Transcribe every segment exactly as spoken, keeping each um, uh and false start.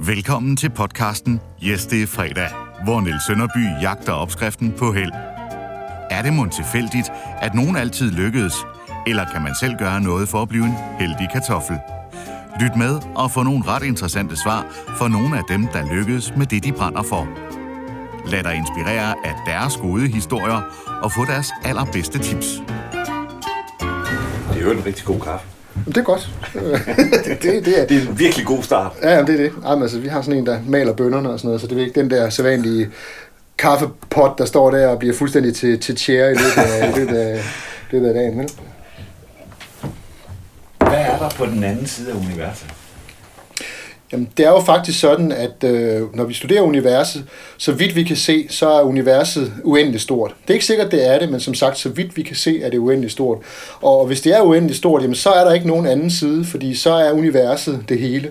Velkommen til podcasten Yes, det er fredag, hvor Niels Sønderby jagter opskriften på held. Er det mon tilfældigt, at nogen altid lykkedes, eller kan man selv gøre noget for at blive en heldig kartoffel? Lyt med og få nogle ret interessante svar for nogle af dem, der lykkedes med det, de brænder for. Lad dig inspirere af deres gode historier og få deres allerbedste tips. Det er jo en rigtig god kaffe. Det er godt. det, det, det, er, det er en virkelig god start. Ja, det er det. Jamen, altså, vi har sådan en, der maler bønnerne og sådan noget, så det er ikke den der sædvanlige kaffepot, der står der og bliver fuldstændig til, til tjære i løbet af, i løbet af, løbet af dagen. Men... Hvad er der på den anden side af universet? Jamen, det er jo faktisk sådan, at øh, når vi studerer universet, så vidt vi kan se, så er universet uendeligt stort. Det er ikke sikkert, det er det, men som sagt, så vidt vi kan se, er det uendeligt stort. Og hvis det er uendeligt stort, jamen, så er der ikke nogen anden side, fordi så er universet det hele.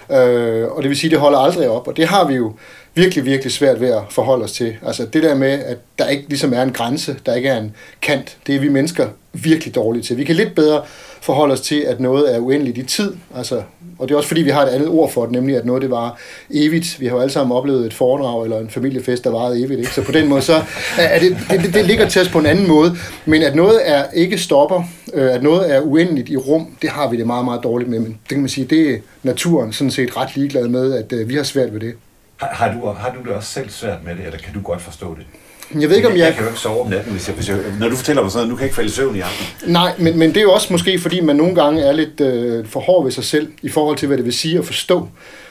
Øh, og det vil sige, det holder aldrig op, og det har vi jo virkelig, virkelig svært ved at forholde os til. Altså det der med, at der ikke ligesom er en grænse, der ikke er en kant, det er vi mennesker virkelig dårlige til. Vi kan lidt bedre forholde os til, at noget er uendeligt i tid, altså, og det er også fordi, vi har et andet ord for det, nemlig at noget det var evigt. Vi har jo alle sammen oplevet et foredrag eller en familiefest, der varede evigt, ikke? Så på den måde, så er det, det, det ligger til os på en anden måde, men at noget er ikke stopper, at noget er uendeligt i rum, det har vi det meget, meget dårligt med, men det kan man sige, det er naturen sådan set ret ligeglad med, at vi har svært ved det. Har, har, du, har du det også selv svært med det, eller kan du godt forstå det? Jeg ved ikke, om jeg... Jeg kan jo ikke sove om natten, hvis jeg, hvis jeg... Når du fortæller mig sådan noget, nu kan jeg ikke falde i søvn i aften. Nej, men, men det er jo også måske, fordi man nogle gange er lidt øh, for hård ved sig selv, i forhold til, hvad det vil sige at forstå.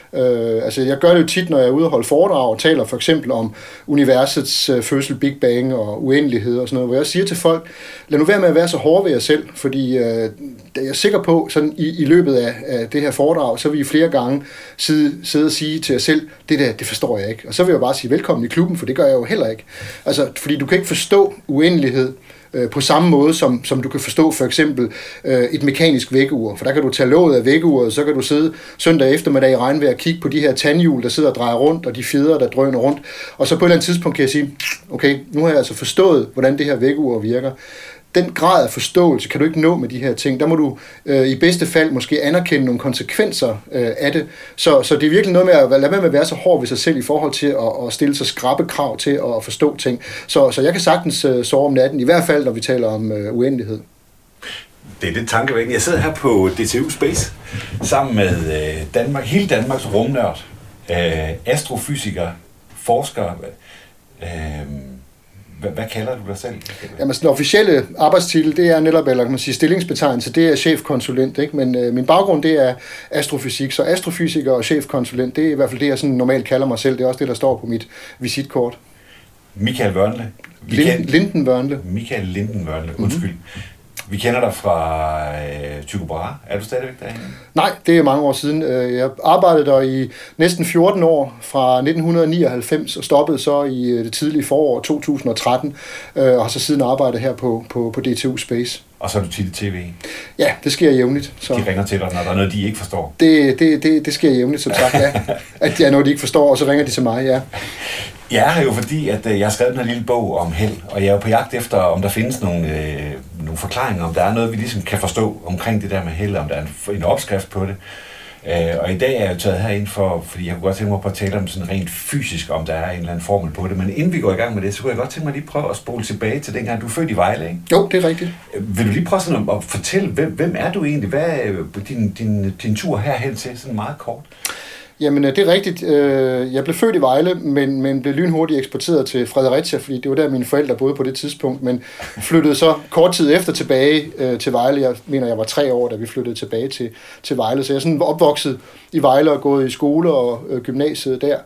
Øh, altså, jeg gør det jo tit, når jeg er ude og holde foredrag og taler for eksempel om universets øh, fødsel, Big Bang og uendelighed og sådan noget, hvor jeg siger til folk, lad nu være med at være så hård ved jer selv, fordi øh, jeg er sikker på, sådan i, i løbet af, af det her foredrag, så vil I flere gange sidde, sidde og sige til jer selv, det der, det forstår jeg ikke. Og så vil jeg bare sige, velkommen i klubben, for det gør jeg jo heller ikke. Altså, fordi du kan ikke forstå uendelighed på samme måde, som, som du kan forstå for eksempel øh, et mekanisk vækkeur. For der kan du tage låget af vækkeuret, så kan du sidde søndag eftermiddag i regnvejr og kigge på de her tandhjul, der sidder og drejer rundt, og de fjeder, der drøner rundt. Og så på et eller andet tidspunkt kan jeg sige, okay, nu har jeg altså forstået, hvordan det her vækkeur virker. Den grad af forståelse kan du ikke nå med de her ting. Der må du øh, i bedste fald måske anerkende nogle konsekvenser øh, af det. Så, så det er virkelig noget med at lade være med at være så hård ved sig selv i forhold til at, at stille sig skrappe krav til at forstå ting. Så, så jeg kan sagtens øh, sove om natten, i hvert fald når vi taler om øh, uendelighed. Det er det tankevækkende. Jeg sidder her på D T U Space sammen med øh, Danmark, hele Danmarks rumnørd, øh, astrofysiker, forsker. Øh, Hvad, hvad kalder du dig selv? Jamen, den officielle arbejdstitel, det er netop, eller kan man sige, stillingsbetegnelse, det er chefkonsulent, ikke? Men øh, min baggrund, det er astrofysik, så astrofysiker og chefkonsulent, det er i hvert fald det, jeg sådan normalt kalder mig selv. Det er også det, der står på mit visitkort. Michael Wørnle. Lind, Linden Wørnle. Michael Linden Wørnle, undskyld. Mm-hmm. Vi kender dig fra øh, Tycho Brahe. Er du stadigvæk derinde? Nej, det er mange år siden. Jeg arbejdede der i næsten fjorten år, fra nitten nioghalvfems, og stoppede så i det tidlige forår to tusind og tretten, og har så siden arbejdet her på, på, på D T U Space. Og så er du tit i tv? Ja, det sker jævnligt. Så. De ringer til dig, når der er noget, de ikke forstår? Det, det, det, det sker jævnligt, som sagt, ja. At der er noget, de ikke forstår, og så ringer de til mig, ja. Jeg er her jo fordi, at jeg har skrevet den her lille bog om held, og jeg er jo på jagt efter, om der findes nogle, øh, nogle forklaringer, om der er noget, vi ligesom kan forstå omkring det der med held, om der er en, en opskrift på det. Øh, og i dag er jeg jo taget herind for, fordi jeg kunne godt tænke mig på at tale om sådan rent fysisk, om der er en eller anden formel på det. Men inden vi går i gang med det, så kunne jeg godt tænke mig lige prøve at spole tilbage til dengang, du er født i Vejle, ikke? Jo, det er rigtigt. Vil du lige prøve sådan at fortælle, hvem, hvem er du egentlig? Hvad er din, din, din tur herhen til, sådan meget kort? Jamen, det er rigtigt. Jeg blev født i Vejle, men, men blev lynhurtigt eksporteret til Fredericia, fordi det var der, mine forældre boede på det tidspunkt, men flyttede så kort tid efter tilbage øh, til Vejle. Jeg mener, jeg var tre år, da vi flyttede tilbage til, til Vejle, så jeg er sådan opvokset i Vejle og gået i skole og øh, gymnasiet der.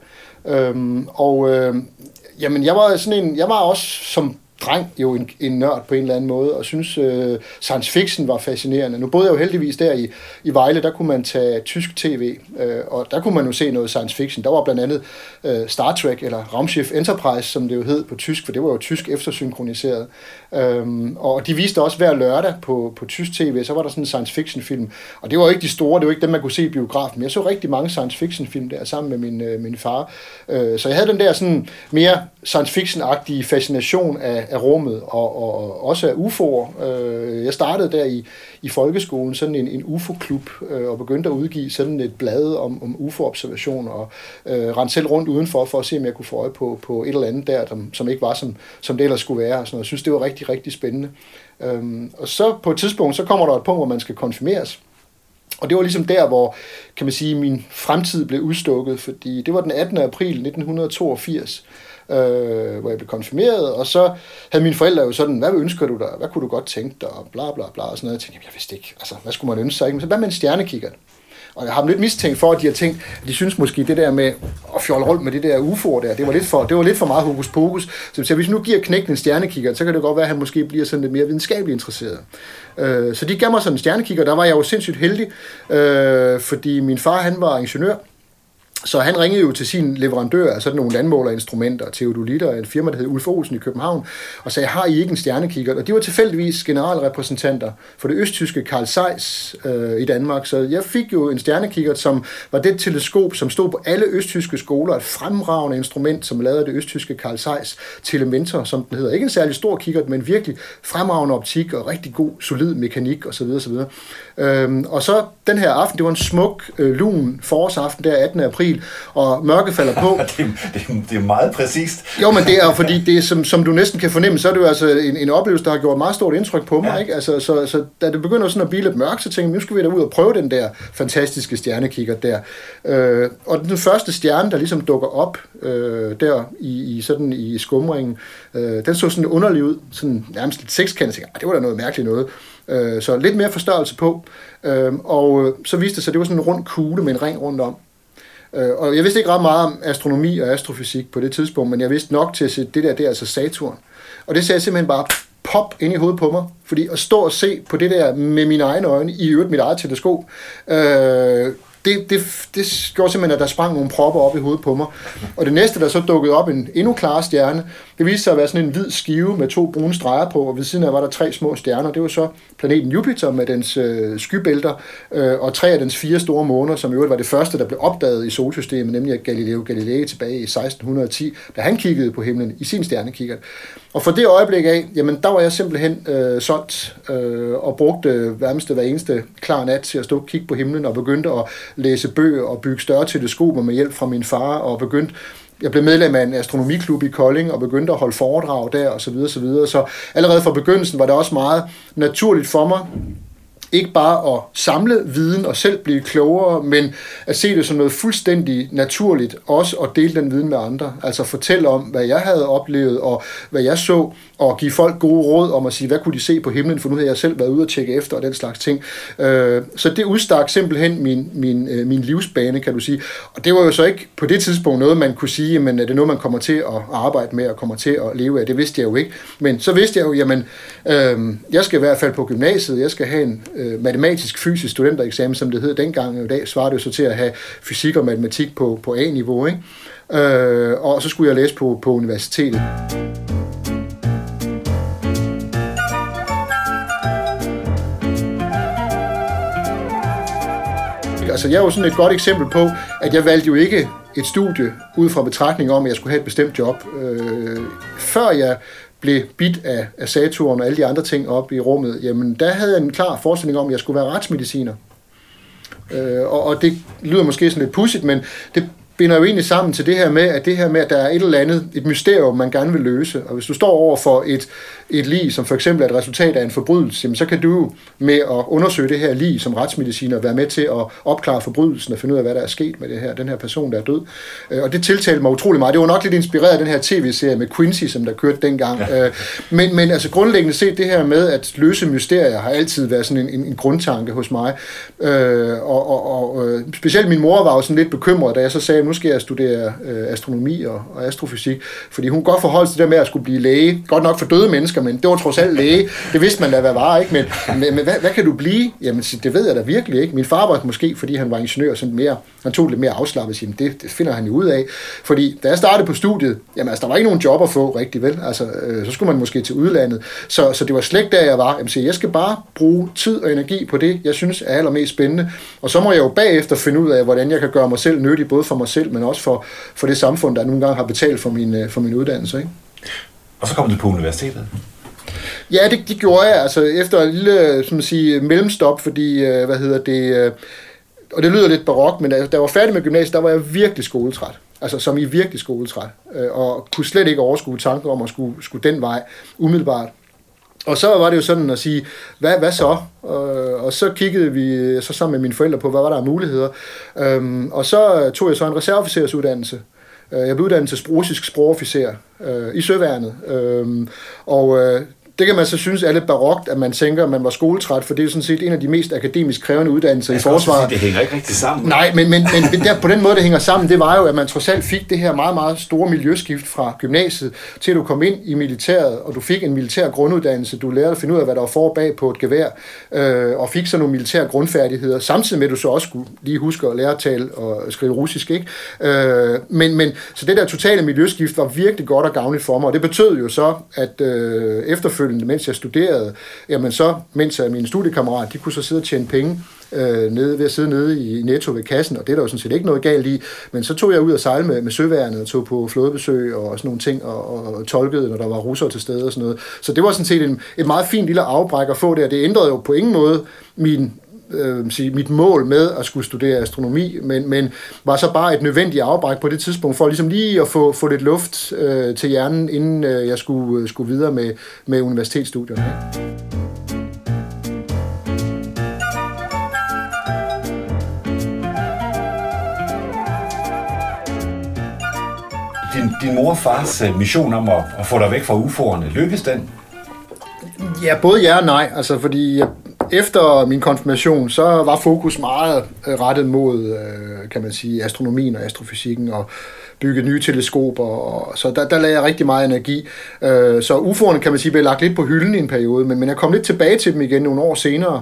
Øhm, og øh, jamen, jeg var sådan en, jeg var også som dreng jo en, en nørd på en eller anden måde, og synes øh, science fiction var fascinerende. Nu boede jeg jo heldigvis der i, i Vejle, der kunne man tage tysk tv, øh, og der kunne man jo se noget science fiction. Der var blandt andet øh, Star Trek, eller Raumschiff Enterprise, som det jo hed på tysk, for det var jo tysk eftersynkroniseret. Øhm, og de viste også hver lørdag på, på tysk tv, så var der sådan en science fiction film, og det var jo ikke de store, det var ikke dem, man kunne se i biografen, men jeg så rigtig mange science fiction film der, sammen med min, øh, min far. Øh, så jeg havde den der sådan mere science fiction-agtige fascination af af rummet, og, og, og også af U F O'er. Øh, jeg startede der i, i folkeskolen, sådan en, en U F O-klub, øh, og begyndte at udgive sådan et blad om, om U F O-observationer, og øh, rendte selv rundt udenfor, for at se, om jeg kunne få øje på, på et eller andet der, som, som ikke var, som, som det ellers skulle være. Og sådan noget. Jeg synes, det var rigtig, rigtig spændende. Øhm, og så på et tidspunkt, så kommer der et punkt, hvor man skal konfirmeres. Og det var ligesom der, hvor, kan man sige, min fremtid blev udstukket, fordi det var den attende april nitten toogfirs, øh, hvor jeg blev konfirmeret, og så havde mine forældre jo sådan, hvad ønsker du dig, hvad kunne du godt tænke dig, og bla bla bla, og sådan noget. Jeg tænkte, jamen, jeg vidste ikke, altså, hvad skulle man ønske sig, ikke? Men så hvad med en stjernekikkert? Og jeg har dem lidt mistænkt for, at de har tænkt, at de synes måske det der med at fjolle rundt med det der U F O'er der, det var lidt for, det var lidt for meget hokus pokus. Så hvis vi nu giver knægten en stjernekikkert, så kan det godt være, at han måske bliver sådan lidt mere videnskabeligt interesseret. Så de gav mig sådan en stjernekikkert, der var jeg jo sindssygt heldig, fordi min far, han var ingeniør. Så han ringede jo til sin leverandør af sådan nogle landmålerinstrumenter, teodolitter, en firma, der hed Ulf Olsen i København, og sagde, har I ikke en stjernekikkert? Og de var tilfældigvis generalrepræsentanter for det østtyske Carl Zeiss øh, i Danmark. Så jeg fik jo en stjernekikkert, som var det teleskop, som stod på alle østtyske skoler, et fremragende instrument, som lavede det østtyske Carl Zeiss Telementor, som den hedder. Ikke en særlig stor kikkert, men virkelig fremragende optik og rigtig god, solid mekanik osv. osv. Øhm, og så den her aften, det var en smuk, øh, lun forårsaften der attende april, og mørke falder på. det, det, det er meget præcist. Jo, men det er fordi, det er, som, som du næsten kan fornemme, så er det jo altså en, en oplevelse, der har gjort meget stort indtryk på mig. Ja. Ikke? Altså, så, så da det begynder sådan at blive lidt mørkt, så tænkte jeg, nu skal vi da ud og prøve den der fantastiske stjernekikkert der. Øh, og den første stjerne, der ligesom dukker op øh, der i, i, sådan, i skumringen, øh, den så sådan underlig ud, sådan nærmest lidt sekskantet. Jeg tænkte, det var da noget mærkeligt noget. Øh, så lidt mere forstørrelse på. Øh, og så viste det sig, at det var sådan en rund kugle med en ring rundt om. Og jeg vidste ikke ret meget om astronomi og astrofysik på det tidspunkt, men jeg vidste nok til at se, det der, det er altså Saturn. Og det sagde simpelthen bare pop ind i hovedet på mig, fordi at stå og se på det der med mine egne øjne, i øvrigt mit eget teleskop, øh, det, det, det gjorde simpelthen, at der sprang nogle propper op i hovedet på mig. Og det næste, der så dukkede op, en endnu klar stjerne, det viste sig at være sådan en hvid skive med to brune streger på, og ved siden af var der tre små stjerner. Det var så planeten Jupiter med dens øh, skybælter, øh, og tre af dens fire store måner, som i øvrigt var det første, der blev opdaget i solsystemet, nemlig Galileo Galilei tilbage i seksten ti, da han kiggede på himlen i sin stjernekikkert. Og for det øjeblik af, jamen der var jeg simpelthen øh, solgt øh, og brugte værmeste hver eneste klar nat til at stå og kigge på himlen og begyndte at læse bøger og bygge større teleskoper med hjælp fra min far og begyndte Jeg blev medlem af en astronomiklub i Kolding og begyndte at holde foredrag der og så videre, så videre. Så allerede fra begyndelsen var det også meget naturligt for mig, ikke bare at samle viden og selv blive klogere, men at se det som noget fuldstændig naturligt, også at dele den viden med andre. Altså fortælle om, hvad jeg havde oplevet, og hvad jeg så, og give folk gode råd om at sige, hvad kunne de se på himlen, for nu havde jeg selv været ude og tjekke efter, og den slags ting. Så det udstak simpelthen min, min, min livsbane, kan du sige. Og det var jo så ikke på det tidspunkt noget, man kunne sige, men er det noget, man kommer til at arbejde med, og kommer til at leve af. Det vidste jeg jo ikke. Men så vidste jeg jo, jamen, øh, jeg skal i hvert fald på gymnasiet, jeg skal have en matematisk-fysisk studentereksamen, som det hed dengang, og i dag svarede det jo så til at have fysik og matematik på, på A-niveau, ikke? Øh, og så skulle jeg læse på, på universitetet. Altså, jeg er jo sådan et godt eksempel på, at jeg valgte jo ikke et studie ud fra betragtning om, at jeg skulle have et bestemt job. Øh, før jeg blev bidt af, af Saturn og alle de andre ting op i rummet, jamen der havde jeg en klar forestilling om, at jeg skulle være retsmediciner. Øh, og, og det lyder måske sådan lidt pudsigt, men det binder jo egentlig sammen til det her med, at det her med, at der er et eller andet, et mysterium, man gerne vil løse. Og hvis du står over for et, et lig, som for eksempel er et resultat af en forbrydelse, jamen, så kan du med at undersøge det her lig som retsmediciner være med til at opklare forbrydelsen og finde ud af, hvad der er sket med det her, den her person, der er død. Og det tiltalte mig utrolig meget. Det var nok lidt inspireret af den her tv-serie med Quincy, som der kørte dengang. Ja. Men, men altså grundlæggende set, det her med at løse mysterier har altid været sådan en, en, en grundtanke hos mig. Og, og, og specielt min mor var jo sådan lidt bekymret, da jeg så sagde, nu skal jeg studere øh, astronomi og, og astrofysik, fordi hun godt forholdt sig det der med at skulle blive læge, godt nok for døde mennesker, men det var trods alt læge, det vidste man da, hvad var, ikke? Men, men, men hvad, hvad kan du blive? Jamen, det ved jeg da virkelig ikke. Min far var måske, fordi han var ingeniør, sådan mere, han tog lidt mere afslappet, siger, det, det finder han jo ud af, fordi da jeg startede på studiet, jamen altså, der var ikke nogen job at få rigtig, vel? Altså, øh, så skulle man måske til udlandet, så, så det var slet ikke der, jeg var. Jamen, så jeg skal bare bruge tid og energi på det, jeg synes er allermest spændende, og så må jeg jo bagefter finde ud af, hvordan jeg kan gøre mig selv nyttig, både for mig selv, men også for, for det samfund, der nogle gange har betalt for min, for min uddannelse, ikke? Og så kom du på universitetet? Ja, det, det gjorde jeg, altså efter en lille, som man siger, mellemstop, fordi, hvad hedder det, og det lyder lidt barok, men da jeg var færdig med gymnasiet, der var jeg virkelig skoletræt. Altså som i virkelig skoletræt, og kunne slet ikke overskue tanken om at skulle, skulle den vej umiddelbart. Og så var det jo sådan at sige, hvad, hvad så? Og så kiggede vi så sammen med mine forældre på, hvad var der af muligheder. Og så tog jeg så en reserveofficersuddannelse. Jeg blev uddannet til russisk sprogofficer i Søværnet. Og det kan man så synes er lidt barokt, at man tænker, at man var skoletræt, for det er jo sådan set en af de mest akademisk krævende uddannelser i forsvaret. Sige, det hænger ikke rigtig sammen. Nej, men, men, men der, på den måde, det hænger sammen, det var jo, at man trods alt fik det her meget, meget store miljøskift fra gymnasiet, til at du kom ind i militæret, og du fik en militær grunduddannelse, du lærte at finde ud af, hvad der var for bag på et gevær, øh, og fik så nogle militære grundfærdigheder, samtidig med, at du så også skulle lige huske at lære at tale og skrive russisk, ikke? Øh, men, men, så det der totale miljøskift var virkelig godt og gavnligt for mig, og det betød jo så, at øh, efterfølgende, mens jeg studerede, jamen så, mens mine studiekammerater, de kunne så sidde og tjene penge øh, nede, ved at sidde nede i Netto ved kassen, og det er der jo sådan set ikke noget galt i, men så tog jeg ud og sejle med, med Søværnet, og tog på flådebesøg og sådan nogle ting, og, og tolkede, når der var russere til stede og sådan noget. Så det var sådan set en, et meget fint lille afbræk at få det, og det ændrede jo på ingen måde min Øh, sige, mit mål med at skulle studere astronomi, men, men var så bare et nødvendigt afbræk på det tidspunkt, for ligesom lige at få, få lidt luft øh, til hjernen, inden øh, jeg skulle, øh, skulle videre med, med universitetsstudierne. Din, din mor og fars mission om at, at få dig væk fra U F O'erne, lykkedes den? Ja, både ja og nej, altså fordi jeg efter min konfirmation, så var fokus meget rettet mod, kan man sige, astronomien og astrofysikken og bygge nye teleskoper, og så der, der lagde jeg rigtig meget energi. Så U F O'erne, kan man sige, blev lagt lidt på hylden i en periode, men, men jeg kom lidt tilbage til dem igen nogle år senere,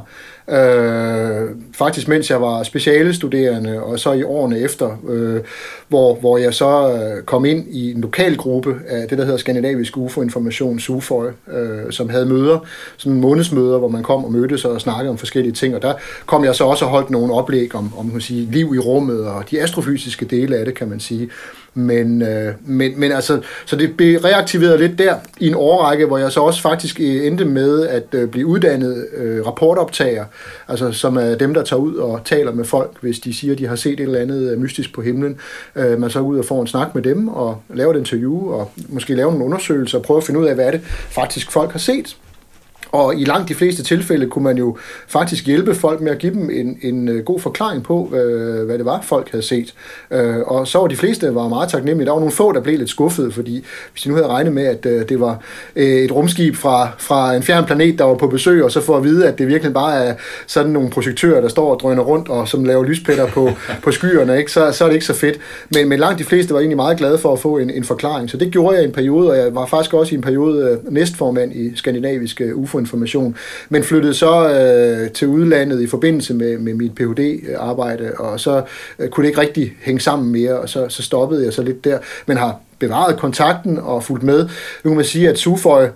øh, faktisk mens jeg var specialestuderende, og så i årene efter, øh, hvor, hvor jeg så kom ind i en lokal gruppe af det, der hedder Skandinavisk U F O-information, SUFOI, øh, som havde møder, sådan månedsmøder, hvor man kom og mødtes og snakkede om forskellige ting, og der kom jeg så også og holdt nogle oplæg om, om man sige, liv i rummet og de astrofysiske dele af det, kan man sige. Men, øh, men, men altså, så det blev reaktiveret lidt der i en årrække, hvor jeg så også faktisk endte med at øh, blive uddannet øh, rapportoptager, altså som er dem, der tager ud og taler med folk, hvis de siger, at de har set et eller andet mystisk på himlen. Øh, man så ud og får en snak med dem og laver et interview og måske lave nogle undersøgelser og prøve at finde ud af, hvad det faktisk folk har set. Og i langt de fleste tilfælde kunne man jo faktisk hjælpe folk med at give dem en, en god forklaring på, hvad, hvad det var, folk havde set. Øh, og så var de fleste var meget taknemmelige. Der var nogle få, der blev lidt skuffede, fordi hvis de nu havde regnet med, at øh, det var øh, et rumskib fra, fra en fjern planet, der var på besøg, og så får at vide, at det virkelig bare er sådan nogle projektører, der står og drøner rundt, og som laver lyspletter på, på skyerne, ikke? Så, så er det ikke så fedt. Men, men langt de fleste var egentlig meget glade for at få en, en forklaring. Så det gjorde jeg i en periode, og jeg var faktisk også i en periode øh, næstformand i Skandinavisk U F O information, men flyttede så øh, til udlandet i forbindelse med, med mit P H D-arbejde, og så øh, kunne det ikke rigtig hænge sammen mere, og så, så stoppede jeg så lidt der, men har bevaret kontakten og fulgt med. Nu kan man sige, at SUFOI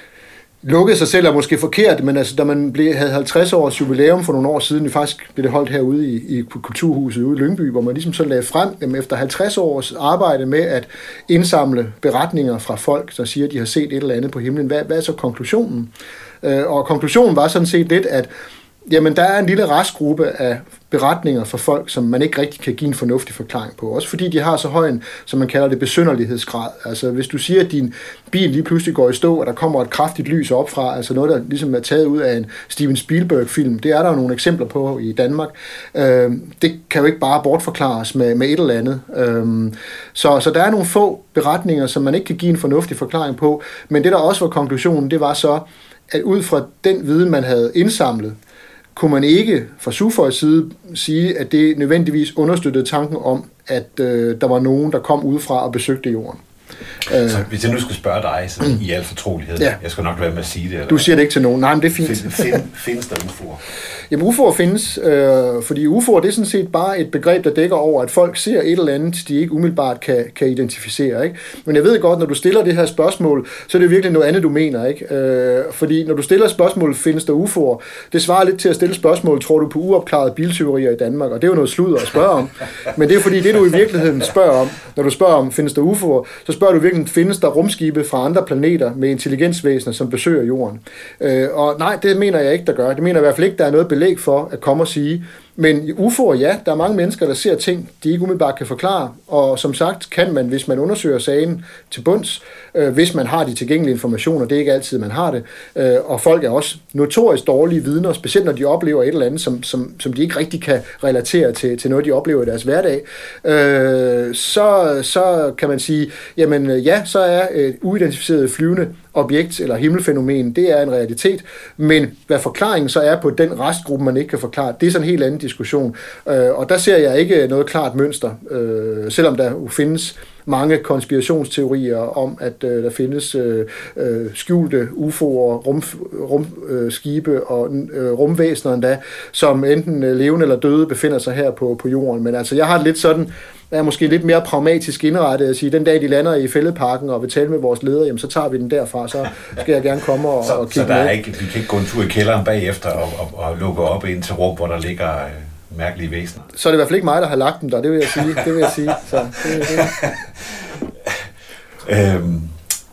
lukkede sig selv er måske forkert, men altså, da man blev, havde halvtreds års jubilæum for nogle år siden, faktisk blev det holdt herude i, i Kulturhuset ude i Lyngby, hvor man ligesom så lagde frem, jamen, efter halvtreds års arbejde med at indsamle beretninger fra folk, der siger, at de har set et eller andet på himlen. Hvad, hvad er så konklusionen? Og konklusionen var sådan set lidt, at jamen, der er en lille restgruppe af beretninger fra folk, som man ikke rigtig kan give en fornuftig forklaring på. Også fordi de har så høj en, som man kalder det, besynderlighedsgrad. Altså hvis du siger, at din bil lige pludselig går i stå, og der kommer et kraftigt lys op fra, altså noget, der ligesom er taget ud af en Steven Spielberg-film, det er der jo nogle eksempler på i Danmark. Øh, det kan jo ikke bare bortforklares med, med et eller andet. Øh, så, så der er nogle få beretninger, som man ikke kan give en fornuftig forklaring på, men det der også var konklusionen, det var så, at ud fra den viden, man havde indsamlet, kunne man ikke fra SUFOIs side sige, at det nødvendigvis understøttede tanken om, at øh, der var nogen, der kom udefra og besøgte jorden. Så hvis jeg nu skulle spørge dig så mm. i al fortrolighed, ja. Jeg skal nok være med at sige det. Eller du siger det ikke til nogen. Nej, men det er fint. Find, find, findes der U F O'er? Jamen U F O'er findes, øh, fordi U F O'er det er sådan set bare et begreb, der dækker over, at folk ser et eller andet, de ikke umiddelbart kan, kan identificere. Ikke? Men jeg ved godt, når du stiller det her spørgsmål, så er det virkelig noget andet, du mener. Ikke? Øh, fordi når du stiller spørgsmål, findes der U F O'er, det svarer lidt til at stille spørgsmål, tror du på uopklarede biltyverier i Danmark, og det er jo noget sludder at spørge om. Men det er fordi, det du i virkeligheden spørger om, når du spørger om, findes der U F O'er, så spørger du virkelig, findes der rumskibe fra andre planeter med intelligensvæsener, som besøger jorden? Øh, og nej, det mener jeg ikke, der gør. Det mener jeg i hvert fald ikke, der er noget belæg for at komme og sige. Men U F O'er, ja, der er mange mennesker, der ser ting, de ikke umiddelbart kan forklare. Og som sagt, kan man, hvis man undersøger sagen til bunds, øh, hvis man har de tilgængelige informationer, det er ikke altid, man har det. Øh, og folk er også notorisk dårlige vidner, specielt når de oplever et eller andet, som, som, som de ikke rigtig kan relatere til, til noget, de oplever i deres hverdag. Øh, så, så kan man sige, jamen ja, så er et uidentificeret flyvende objekt eller himmelfænomen, det er en realitet, men hvad forklaringen så er på den restgruppe, man ikke kan forklare, det er sådan en helt anden diskussion. Øh, og der ser jeg ikke noget klart mønster, øh, selvom der jo findes mange konspirationsteorier om, at øh, der findes øh, øh, skjulte U F O'er, rumskibe rum, øh, og øh, rumvæsener endda, som enten øh, levende eller døde befinder sig her på, på jorden. Men altså, jeg har det lidt sådan, jeg er måske lidt mere pragmatisk indrettet at sige, den dag de lander i Fælledparken og vil tale med vores leder, jamen så tager vi den derfra, så skal jeg gerne komme og, så, og kigge så der med. Er ikke, vi kan ikke gå en tur i kælderen bagefter og, og, og lukke op ind til rum, hvor der ligger øh, mærkelige væsener. Så er det i hvert fald ikke mig, der har lagt dem der, det vil jeg sige. Det vil jeg sige. Så, det, det. øhm,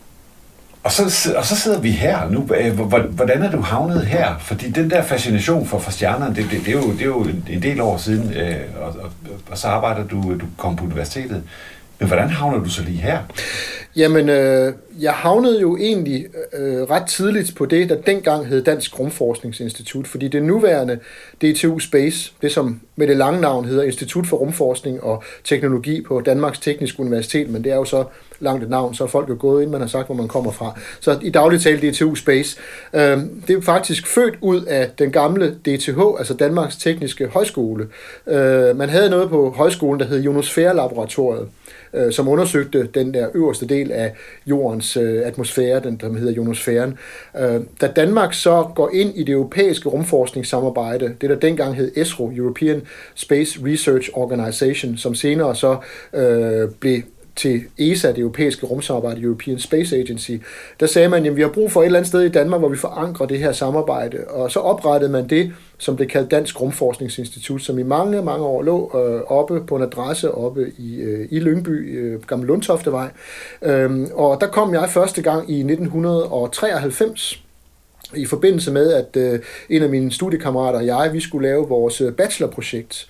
og, så, og så sidder vi her nu. Hvordan er du havnet her? Fordi den der fascination for, for stjernerne, det, det, det, er jo, det er jo en del år siden, øh, og, og, og så arbejder du, du kom på universitetet. Men hvordan havner du så lige her? Jamen, øh, jeg havnede jo egentlig øh, ret tidligt på det, der dengang hed Dansk Rumforskningsinstitut, fordi det nuværende D T U Space, det som med det lange navn hedder Institut for Rumforskning og Teknologi på Danmarks Tekniske Universitet, men det er jo så langt et navn, så er folk jo gået, inden man har sagt, hvor man kommer fra. Så i daglig tale D T U Space. Øh, det er faktisk født ud af den gamle D T H, altså Danmarks Tekniske Højskole. Øh, man havde noget på højskolen, der hed Ionosfære-laboratoriet, øh, som undersøgte den der øverste del af jordens øh, atmosfære, den der hedder ionosfæren. Øh, da Danmark så går ind i det europæiske rumforskningssamarbejde, det der dengang hed E S R O, European Space Research Organization, som senere så øh, blev til E S A, det europæiske rumsamarbejde, European Space Agency, der sagde man, at vi har brug for et eller andet sted i Danmark, hvor vi forankrer det her samarbejde, og så oprettede man det, som blev kaldt Dansk Rumforskningsinstitut, som i mange, mange år lå øh, oppe på en adresse oppe i, øh, i Lyngby, øh, Gammel Lundtoftevej. Øhm, og der kom jeg første gang i nitten treoghalvfems, i forbindelse med, at øh, en af mine studiekammerater og jeg, vi skulle lave vores bachelorprojekt.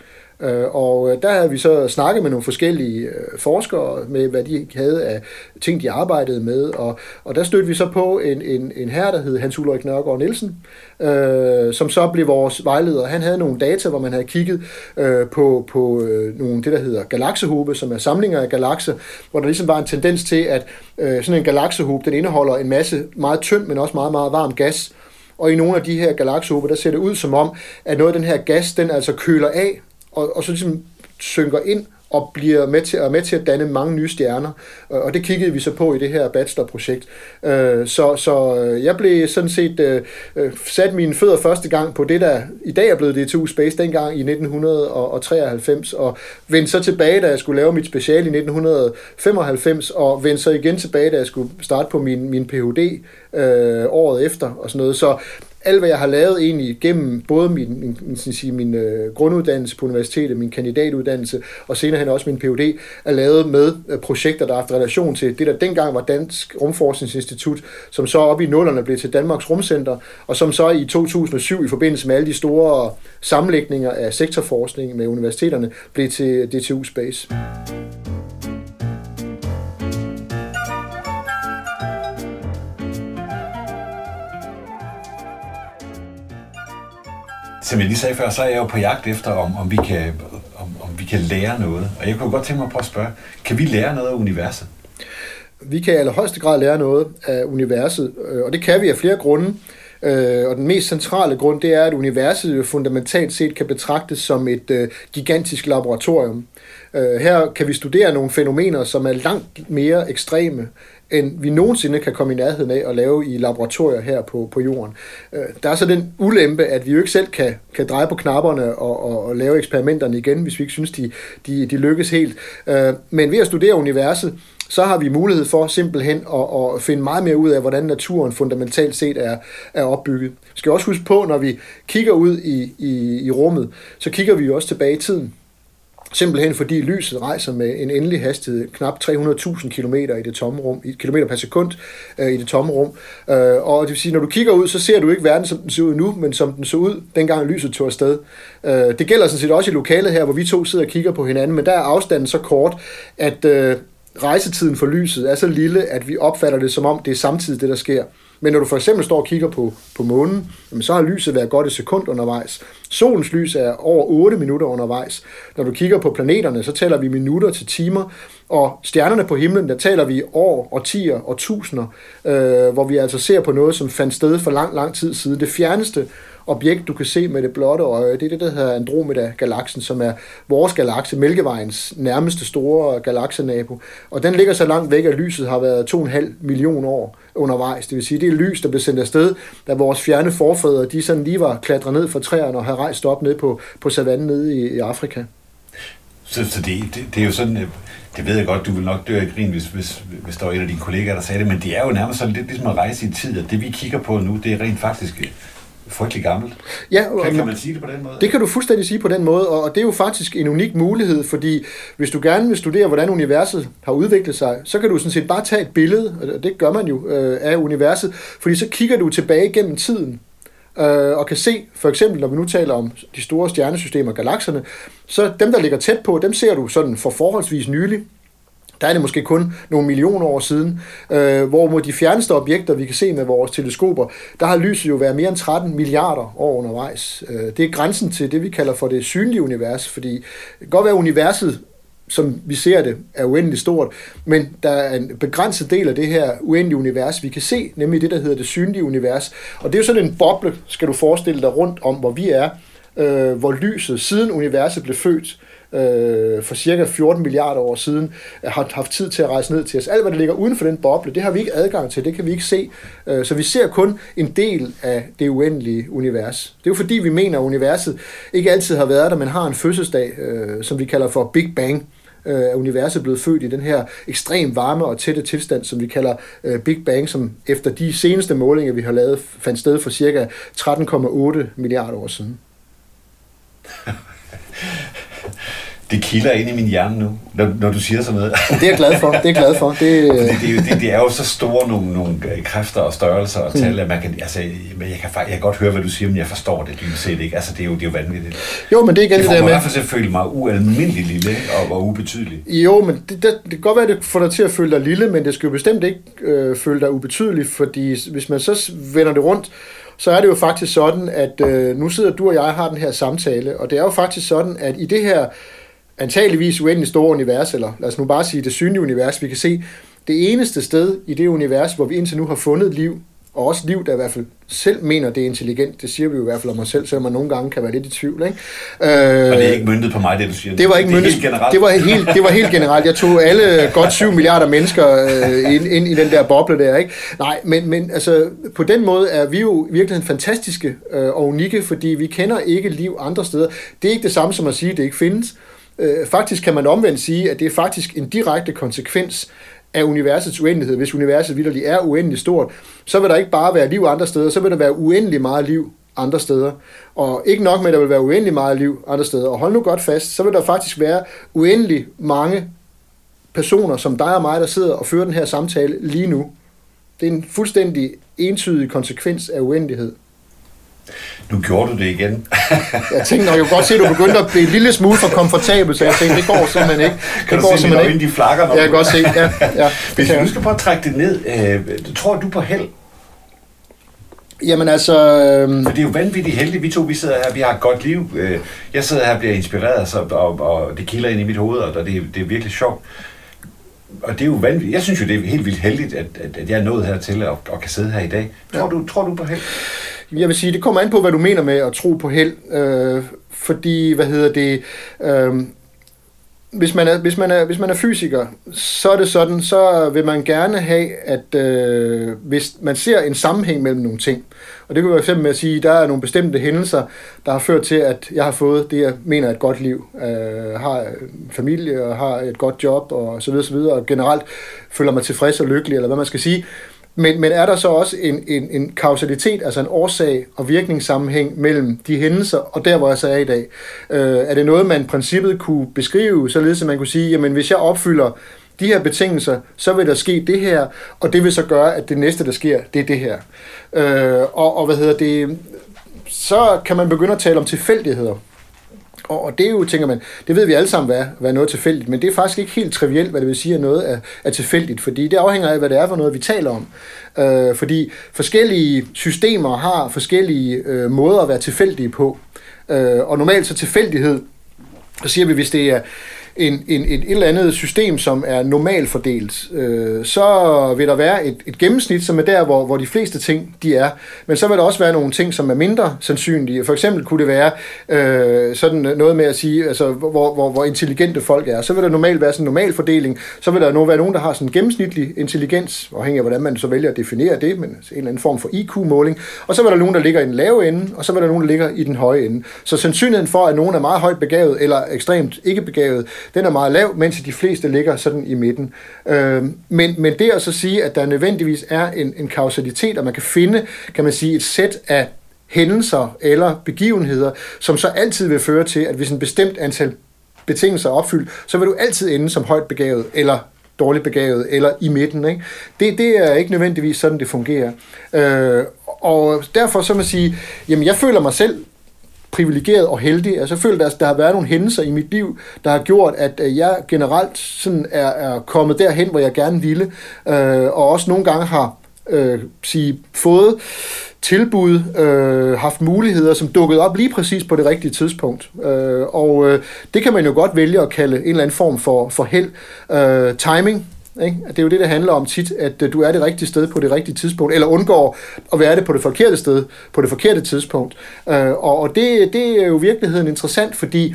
Og der havde vi så snakket med nogle forskellige forskere med, hvad de havde af ting, de arbejdede med. Og, og der stødte vi så på en, en, en herre, der hed Hans Ulrik Nørgaard Nielsen, øh, som så blev vores vejleder. Han havde nogle data, hvor man havde kigget øh, på, på øh, nogle, det, der hedder galaksehobe, som er samlinger af galakser, hvor der ligesom var en tendens til, at øh, sådan en galaksehobe, den indeholder en masse meget tynd, men også meget, meget varm gas. Og i nogle af de her galaksehobe, der ser det ud som om, at noget af den her gas, den altså køler af, og, og så ligesom synker ind og bliver med til, er med til at danne mange nye stjerner. Og det kiggede vi så på i det her bachelorprojekt. Så, så jeg blev sådan set sat mine fødder første gang på det, der i dag er blevet D T U Space, dengang i nitten treoghalvfems, og vendte så tilbage, da jeg skulle lave mit speciale i nitten femoghalvfems, og vendte så igen tilbage, da jeg skulle starte på min, min P H D øh, året efter, og sådan noget. Så alt, hvad jeg har lavet egentlig gennem både min, min, min, min øh, grunduddannelse på universitetet, min kandidatuddannelse, og senere hen også min P H D, er lavet med øh, projekter, der har haft relation til det, der dengang var Dansk Rumforskningsinstitut, som så op i nullerne blev til Danmarks Rumcenter, og som så i to tusind og syv, i forbindelse med alle de store sammenlægninger af sektorforskning med universiteterne, blev til D T U Space. Som jeg lige sagde før, så er jeg jo på jagt efter, om, om, vi, kan, om, om vi kan lære noget. Og jeg kunne godt tænke mig at prøve at spørge, kan vi lære noget af universet? Vi kan i allerhøjeste grad lære noget af universet, og det kan vi af flere grunde. Øh, og den mest centrale grund, det er, at universet jo fundamentalt set kan betragtes som et øh, gigantisk laboratorium. Øh, her kan vi studere nogle fænomener, som er langt mere ekstreme, end vi nogensinde kan komme i nærheden af at lave i laboratorier her på, på jorden. Øh, der er så den ulempe, at vi jo ikke selv kan, kan dreje på knapperne og, og, og lave eksperimenterne igen, hvis vi ikke synes, de, de, de lykkes helt. Øh, men ved at studere universet, så har vi mulighed for simpelthen at, at finde meget mere ud af, hvordan naturen fundamentalt set er, er opbygget. Vi skal også huske på, når vi kigger ud i, i, i rummet, så kigger vi jo også tilbage i tiden. Simpelthen fordi lyset rejser med en endelig hastighed, knap tre hundrede tusind kilometer i det tomme rum, kilometer per sekund øh, i det tomme rum. Øh, og det vil sige, når du kigger ud, så ser du ikke verden, som den ser ud nu, men som den så ud, dengang lyset tog afsted. Øh, det gælder sådan set også i lokalet her, hvor vi to sidder og kigger på hinanden, men der er afstanden så kort, at øh, rejsetiden for lyset er så lille, at vi opfatter det som om, det er samtidig det, der sker. Men når du for eksempel står og kigger på, på månen, så har lyset været godt et sekund undervejs. Solens lys er over otte minutter undervejs. Når du kigger på planeterne, så taler vi minutter til timer. Og stjernerne på himlen, der taler vi år, årtier og tusinder, øh, hvor vi altså ser på noget, som fandt sted for lang, lang tid siden. Det fjerneste objekt, du kan se med det blotte øje, det er det, der hedder Andromeda-galaksen, som er vores galakse, Mælkevejens nærmeste store galaksenabo. Og den ligger så langt væk, at lyset har været to komma fem millioner år undervejs. Det vil sige, det er lys, der blev sendt afsted, da vores fjerne forfædre, de sådan lige var klatret ned fra træerne og havde rejst op ned på, på savannen nede i, i Afrika. Så, så det, det, det er jo sådan, det ved jeg godt, du vil nok dø af grin, hvis, hvis, hvis der var en af dine kollegaer, der sagde det, men det er jo nærmest sådan lidt ligesom at rejse i tid, og det vi kigger på nu, det er rent faktisk frygtelig gammelt. Ja, kan, kan man sige det på den måde? Det kan du fuldstændig sige på den måde, og det er jo faktisk en unik mulighed, fordi hvis du gerne vil studere, hvordan universet har udviklet sig, så kan du sådan set bare tage et billede, og det gør man jo, øh, af universet, fordi så kigger du tilbage gennem tiden, øh, og kan se, for eksempel når vi nu taler om de store stjernesystemer, galakserne, så dem, der ligger tæt på, dem ser du sådan for forholdsvis nylig. Der er det måske kun nogle millioner år siden, øh, hvor mod de fjerneste objekter, vi kan se med vores teleskoper, der har lyset jo været mere end tretten milliarder år undervejs. Øh, det er grænsen til det, vi kalder for det synlige univers, fordi det kan godt være, universet, som vi ser det, er uendeligt stort, men der er en begrænset del af det her uendelige univers, vi kan se, nemlig det, der hedder det synlige univers. Og det er jo sådan en boble, skal du forestille dig, rundt om, hvor vi er, øh, hvor lyset, siden universet blev født, øh, for cirka fjorten milliarder år siden, har haft tid til at rejse ned til os. Alt, hvad der ligger uden for den boble, det har vi ikke adgang til, det kan vi ikke se. Øh, så vi ser kun en del af det uendelige univers. Det er jo fordi, vi mener, at universet ikke altid har været der, men har en fødselsdag, øh, som vi kalder for Big Bang. Er universet blevet født i den her ekstremt varme og tætte tilstand, som vi kalder uh, Big Bang, som efter de seneste målinger, vi har lavet, fandt sted for cirka tretten komma otte milliarder år siden. Det kilder ind i min hjerne nu, når, når du siger sådan noget. Det er jeg glad for. Det er jeg glad for. Det, det, det, det, det er jo så store nogle, nogle kræfter og størrelser og tal, at man kan, altså, jeg kan, jeg kan godt høre, hvad du siger, men jeg forstår det dybest set ikke. Altså, det er jo, det er jo vanvittigt. Jo, men det er igen det det der med. Det får mig i hvert fald til at føle mig ualmindelig lille og, og ubetydelig. Jo, men det, det, det kan godt være, at det får dig til at føle dig lille, men det skal jo bestemt ikke øh, føle dig ubetydelig, fordi hvis man så vender det rundt, så er det jo faktisk sådan, at øh, nu sidder du og jeg og har den her samtale, og det er jo faktisk sådan, at i det her antageligvis uendeligt store univers, eller lad os nu bare sige det synlige univers, vi kan se, det eneste sted i det univers, hvor vi indtil nu har fundet liv, og også liv, der i hvert fald selv mener, det er intelligent, det siger vi jo i hvert fald om os selv, selvom man nogle gange kan være lidt i tvivl. Ikke? Øh, og det er ikke møntet på mig, det du siger. Det var ikke møntet, det var helt, det var helt generelt. Jeg tog alle godt syv milliarder mennesker øh, ind, ind i den der boble der, ikke? Nej, men, men altså, på den måde er vi jo virkelig fantastiske øh, og unikke, fordi vi kender ikke liv andre steder. Det er ikke det samme som at sige, at det ikke findes. Øh, faktisk kan man omvendt sige, at det er faktisk en direkte konsekvens af universets uendelighed. Hvis universet vitterligt er uendeligt stort, så vil der ikke bare være liv andre steder, så vil der være uendelig meget liv andre steder. Og ikke nok med, at der vil være uendelig meget liv andre steder. Og hold nu godt fast, så vil der faktisk være uendelig mange personer, som dig og mig, der sidder og fører den her samtale lige nu. Det er en fuldstændig entydig konsekvens af uendelighed. Nu gjorde du det igen. Jeg tænkte nok, jeg kunne godt se, at du begyndte at blive en lille smule for komfortabel, så jeg tænkte, det går simpelthen ikke. Det kan går du se lidt ind i de flakker? Ja, jeg kan godt se. Ja, ja. Hvis du skal prøve at trække det ned, øh, tror du på held? Jamen altså... Øh... For det er jo vanvittigt heldigt. Vi to, vi sidder her, vi har et godt liv. Jeg sidder her og bliver inspireret, så, og, og det kilder ind i mit hoved, og det, det er virkelig sjovt. og det er jo vanvittigt. Jeg synes jo, det er helt vildt heldigt, at, at, at jeg er nået hertil og, og kan sidde her i dag. Tror, ja. du, tror du på held? Jeg vil sige, det kommer an på, hvad du mener med at tro på held. Øh, fordi, hvad hedder det... Øh, Hvis man, er, hvis, man er, hvis man er fysiker, så er det sådan, så vil man gerne have, at øh, hvis man ser en sammenhæng mellem nogle ting, og det kan være eksempel med at sige, at der er nogle bestemte hændelser, der har ført til, at jeg har fået det, jeg mener er et godt liv, øh, har familie og har et godt job og så videre, så videre, og generelt føler mig tilfreds og lykkelig, eller hvad man skal sige. Men, men er der så også en, en, en kausalitet, altså en årsag og virkningssammenhæng mellem de hændelser og der, hvor jeg så er i dag? Øh, er det noget, man i princippet kunne beskrive, således at man kunne sige, jamen hvis jeg opfylder de her betingelser, så vil der ske det her, og det vil så gøre, at det næste, der sker, det er det her. Øh, og, og hvad hedder det? Så kan man begynde at tale om tilfældigheder. Og det er jo, tænker man, det ved vi alle sammen, hvad, hvad er noget tilfældigt, men det er faktisk ikke helt trivielt, hvad det vil sige, at noget er, er tilfældigt, fordi det afhænger af, hvad det er for noget, vi taler om. Øh, fordi forskellige systemer har forskellige øh, måder at være tilfældige på. Øh, og normalt så tilfældighed, så siger vi, hvis det er en, en, et, et eller andet system, som er normalt fordelt, øh, så vil der være et, et gennemsnit, som er der, hvor, hvor de fleste ting de er. Men så vil der også være nogle ting, som er mindre sandsynlige. For eksempel kunne det være øh, sådan noget med at sige, altså, hvor, hvor, hvor intelligente folk er. Så vil der normalt være sådan en normal fordeling. Så vil der nu være nogen, der har sådan en gennemsnitlig intelligens, afhængig af, hvordan man så vælger at definere det, men en eller anden form for I Q-måling. Og så vil der nogen, der ligger i den lave ende, og så vil der nogen, der ligger i den høje ende. Så sandsynligheden for, at nogen er meget højt begavet, eller ekstremt ikke begavet, den er meget lav, mens de fleste ligger sådan i midten. Øh, men, men det at så sige, at der nødvendigvis er en, en kausalitet, og man kan finde, kan man sige, et sæt af hændelser eller begivenheder, som så altid vil føre til, at hvis en bestemt antal betingelser er opfyldt, så vil du altid ende som højt begavet, eller dårligt begavet, eller i midten. Ikke? Det, det er ikke nødvendigvis sådan, det fungerer. Øh, og derfor så må man sige, jamen jeg føler mig selv privilegeret og heldig. Altså, jeg føler, at der har været nogle hændelser i mit liv, der har gjort, at jeg generelt sådan er, er kommet derhen, hvor jeg gerne ville, øh, og også nogle gange har øh, sige, fået tilbud, øh, haft muligheder, som dukkede op lige præcis på det rigtige tidspunkt. Øh, og øh, det kan man jo godt vælge at kalde en eller anden form for, for held. Øh, timing. Ikke? Det er jo det, det handler om tit, at du er det rigtige sted på det rigtige tidspunkt, eller undgår at være det på det forkerte sted, på det forkerte tidspunkt. Og det, det er jo i virkeligheden interessant, fordi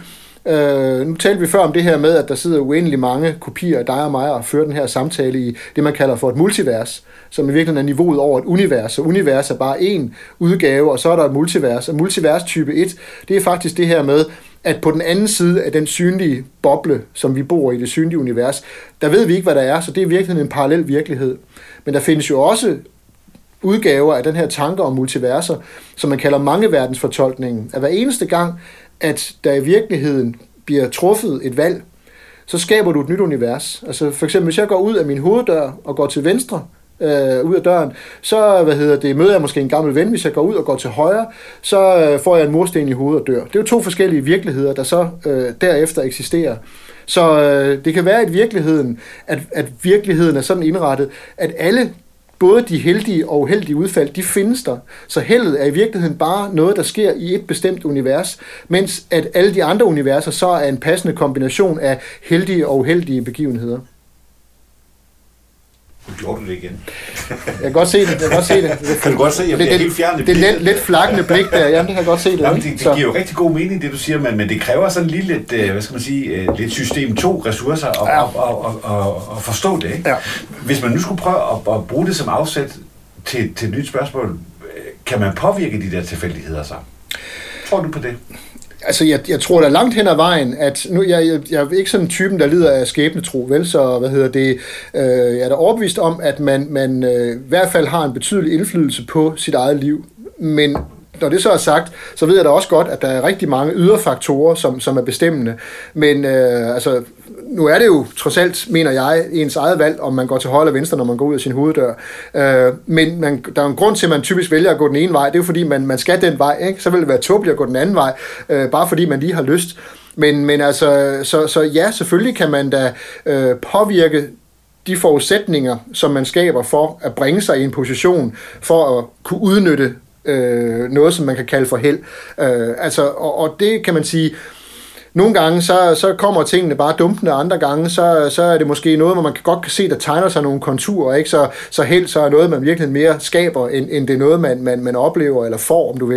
øh, nu talte vi før om det her med, at der sidder uendelig mange kopier af dig og mig og fører den her samtale i det, man kalder for et multivers, som i virkeligheden er niveauet over et univers, og univers er bare én udgave, og så er der et multivers, og multivers type et, det er faktisk det her med, at på den anden side af den synlige boble, som vi bor i, det synlige univers, der ved vi ikke, hvad der er, så det er virkelig en parallel virkelighed. Men der findes jo også udgaver af den her tanker om multiverser, som man kalder mangeverdensfortolkningen, at hver eneste gang, at der i virkeligheden bliver truffet et valg, så skaber du et nyt univers. Altså for eksempel, hvis jeg går ud af min hoveddør og går til venstre, Øh, ud af døren, så hvad hedder det, møder jeg måske en gammel ven. Hvis jeg går ud og går til højre, så øh, får jeg en mursten i hovedet og dør. Det er jo to forskellige virkeligheder, der så øh, derefter eksisterer. Så øh, det kan være i virkeligheden, at, at virkeligheden er sådan indrettet, at alle, både de heldige og uheldige udfald, de findes der. Så heldet er i virkeligheden bare noget, der sker i et bestemt univers, mens at alle de andre universer så er en passende kombination af heldige og uheldige begivenheder. Nu gjorde du det igen. Jeg kan godt se det, jeg kan godt se det. Kan du godt se, jeg bliver helt fjernet. Det er lidt, lidt flakkende blik der, jamen det kan jeg godt se det. Jamen, det, det giver jo rigtig god mening, det du siger, men, men det kræver sådan lige lidt, hvad skal man sige, lidt system to ressourcer at, ja. at, at, at, at forstå det. Ikke? Ja. Hvis man nu skulle prøve at, at bruge det som afsæt til, til et nyt spørgsmål, kan man påvirke de der tilfældigheder så? Tror du på det? Altså, jeg, jeg tror da langt hen ad vejen, at nu, jeg, jeg, jeg er ikke sådan en typen, der lider af skæbnetro, vel, så hvad hedder det, øh, jeg er da overbevist om, at man, man øh, i hvert fald har en betydelig indflydelse på sit eget liv, men når det så er sagt, så ved jeg da også godt, at der er rigtig mange ydre faktorer, som, som er bestemmende, men øh, altså, nu er det jo trods alt, mener jeg, ens eget valg, om man går til højre eller venstre, når man går ud af sin hoveddør. Øh, men man, der er en grund til, at man typisk vælger at gå den ene vej. Det er jo fordi, man, man skal den vej. Ikke? Så vil det være tåbeligt at gå den anden vej, øh, bare fordi man lige har lyst. Men, men altså, så, så ja, selvfølgelig kan man da øh, påvirke de forudsætninger, som man skaber for at bringe sig i en position, for at kunne udnytte øh, noget, som man kan kalde for held. Øh, altså, og, og det kan man sige, nogle gange, så, så kommer tingene bare dumpende, andre gange, så, så er det måske noget, hvor man godt kan se, der tegner sig nogle konturer, ikke? Så, så held så er noget, man virkelig mere skaber, end, end det er noget, man, man, man oplever eller får, om du vil.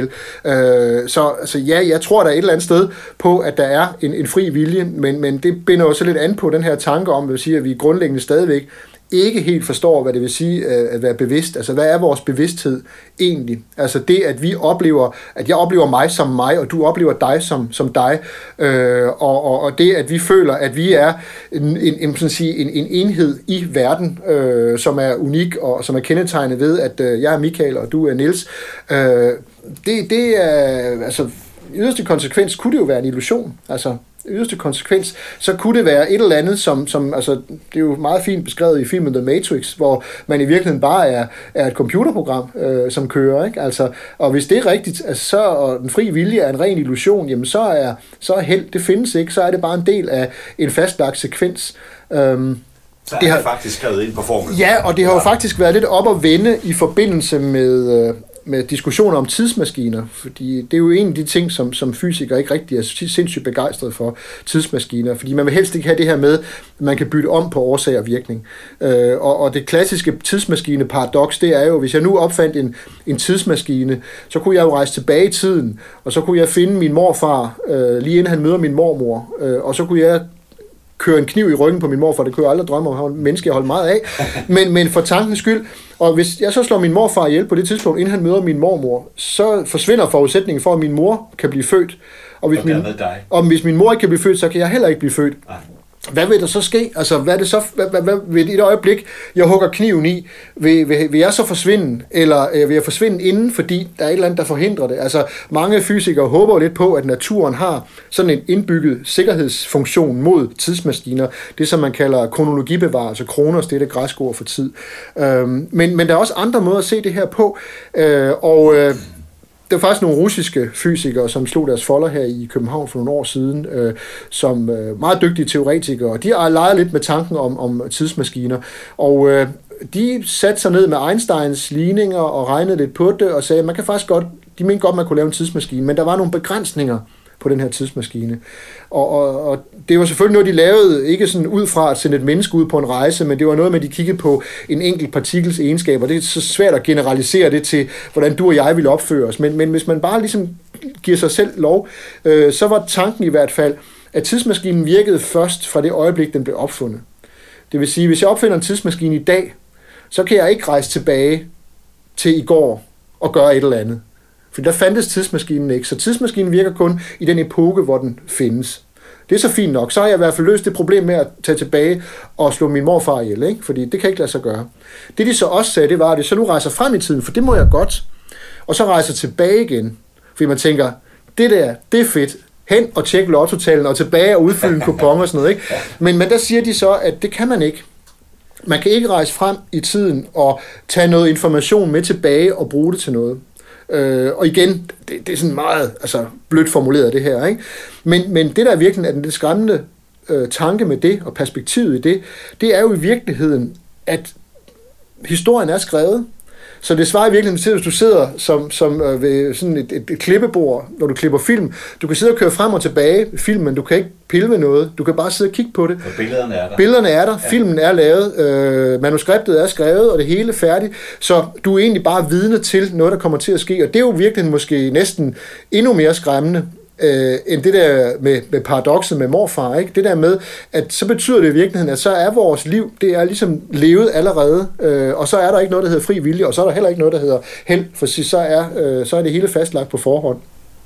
Øh, så altså, ja, jeg tror, der er et eller andet sted på, at der er en, en fri vilje, men, men det binder også lidt an på den her tanke om, vil sige, at vi grundlæggende stadigvæk ikke helt forstår, hvad det vil sige at være bevidst. Altså, hvad er vores bevidsthed egentlig? Altså det, at vi oplever, at jeg oplever mig som mig, og du oplever dig som, som dig, øh, og, og, og det, at vi føler, at vi er en, en, en, sådan sige, en, en enhed i verden, øh, som er unik, og som er kendetegnet ved, at øh, jeg er Michael, og du er Niels. Øh, det, det er, altså, i yderste konsekvens kunne det jo være en illusion, altså, yderste konsekvens, så kunne det være et eller andet, som, som altså, det er jo meget fint beskrevet i filmen The Matrix, hvor man i virkeligheden bare er, er et computerprogram, øh, som kører, ikke? Altså, og hvis det er rigtigt, altså, så, og den fri vilje er en ren illusion, jamen så er, så er held, det findes ikke, så er det bare en del af en fastlagt sekvens. Øhm, så er det har, faktisk skrevet ind på formlen. Ja, og det har jo faktisk været lidt op at vende i forbindelse med... Øh, med diskussioner om tidsmaskiner, fordi det er jo en af de ting, som, som fysikere ikke rigtig er sindssygt begejstrede for, tidsmaskiner, fordi man vil helst ikke have det her med, at man kan bytte om på årsag og virkning. Øh, og, og det klassiske tidsmaskine-paradoks, det er jo, hvis jeg nu opfandt en, en tidsmaskine, så kunne jeg jo rejse tilbage i tiden, og så kunne jeg finde min morfar, øh, lige inden han møder min mormor, øh, og så kunne jeg køre en kniv i ryggen på min morfar, det kunne jeg aldrig drømme om, han var en menneske, jeg holdt meget af, men, men for tankens skyld, og hvis jeg så slår min morfar ihjel på det tidspunkt, inden han møder min mormor, så forsvinder forudsætningen for, at min mor kan blive født. Og hvis, min, og hvis min mor ikke kan blive født, så kan jeg heller ikke blive født. Nej. Hvad vil der så ske? Altså, hvad er det så, hvad, hvad, hvad, ved et øjeblik, jeg hugger kniven i, vil, vil, vil jeg så forsvinde, eller øh, vil jeg forsvinde inden, fordi der er et eller andet, der forhindrer det? Altså, mange fysikere håber lidt på, at naturen har sådan en indbygget sikkerhedsfunktion mod tidsmaskiner, det som man kalder kronologibevarelse, kronos, det er det græske ord for tid. Øhm, men, men der er også andre måder at se det her på, øh, og... Øh, Det var faktisk nogle russiske fysikere, som slog deres folder her i København for nogle år siden, øh, som øh, meget dygtige teoretikere, og de har leget lidt med tanken om, om tidsmaskiner, og øh, de satte sig ned med Einsteins ligninger og regnede lidt på det, og sagde, at man kan faktisk godt, de mente godt, man kunne lave en tidsmaskine, men der var nogle begrænsninger på den her tidsmaskine. Og, og, og det var selvfølgelig noget, de lavede, ikke sådan ud fra at sende et menneske ud på en rejse, men det var noget med, at de kiggede på en enkelt partikels egenskaber. Det er så svært at generalisere det til, hvordan du og jeg ville opføre os. Men, men hvis man bare ligesom giver sig selv lov, øh, så var tanken i hvert fald, at tidsmaskinen virkede først fra det øjeblik, den blev opfundet. Det vil sige, hvis jeg opfinder en tidsmaskine i dag, så kan jeg ikke rejse tilbage til i går og gøre et eller andet. For der fandtes tidsmaskinen ikke, så tidsmaskinen virker kun i den epoke, hvor den findes. Det er så fint nok. Så har jeg i hvert fald løst det problem med at tage tilbage og slå min morfar ihjel, ikke? Fordi det kan ikke lade sig gøre. Det de så også sagde, det var, at det så nu rejser frem i tiden, for det må jeg godt. Og så rejser tilbage igen, fordi man tænker, det der, det er fedt. Hen og tjekke lottotalen og tilbage og udfylde en kupon og sådan noget, ikke? Men, men der siger de så, at det kan man ikke. Man kan ikke rejse frem i tiden og tage noget information med tilbage og bruge det til noget. Øh, og igen, det, det er sådan meget altså, blødt formuleret det her, ikke? Men, men det der virkelig er den lidt skræmmende øh, tanke med det, og perspektivet i det, det er jo i virkeligheden, at historien er skrevet. Så det svarer i virkeligheden til, hvis du sidder som, som øh, ved sådan et, et, et klippebord, når du klipper film. Du kan sidde og køre frem og tilbage i filmen, du kan ikke pille ved noget. Du kan bare sidde og kigge på det. Og billederne er der. Billederne er der, ja. Filmen er lavet, øh, manuskriptet er skrevet, og det hele er færdigt. Så du er egentlig bare vidne til noget, der kommer til at ske. Og det er jo virkelig måske næsten endnu mere skræmmende, Øh, end det der med, med paradokset med morfar, ikke? Det der med, at så betyder det i virkeligheden, at så er vores liv, det er ligesom levet allerede, øh, og så er der ikke noget, der hedder fri vilje, og så er der heller ikke noget, der hedder held, for så er, øh, så er det hele fastlagt på forhånd.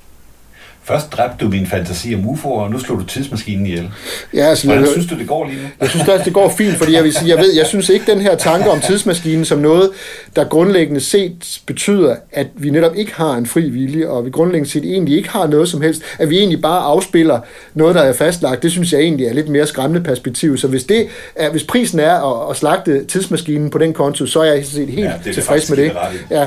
Først dræbte du min fantasi om U F O'er, og nu slog du tidsmaskinen ihjel. Ja, altså, Hvordan jeg, synes du, det går lige nu? Jeg synes også, det går fint, fordi jeg vil sige, jeg ved, jeg synes ikke, den her tanke om tidsmaskinen som noget, der grundlæggende set betyder, at vi netop ikke har en fri vilje, og vi grundlæggende set egentlig ikke har noget som helst, at vi egentlig bare afspiller noget, der er fastlagt, det synes jeg egentlig er lidt mere skræmmende perspektiv. Så hvis, det er, hvis prisen er at, at slagte tidsmaskinen på den konto, så er jeg set helt ja, tilfreds med det. Ja.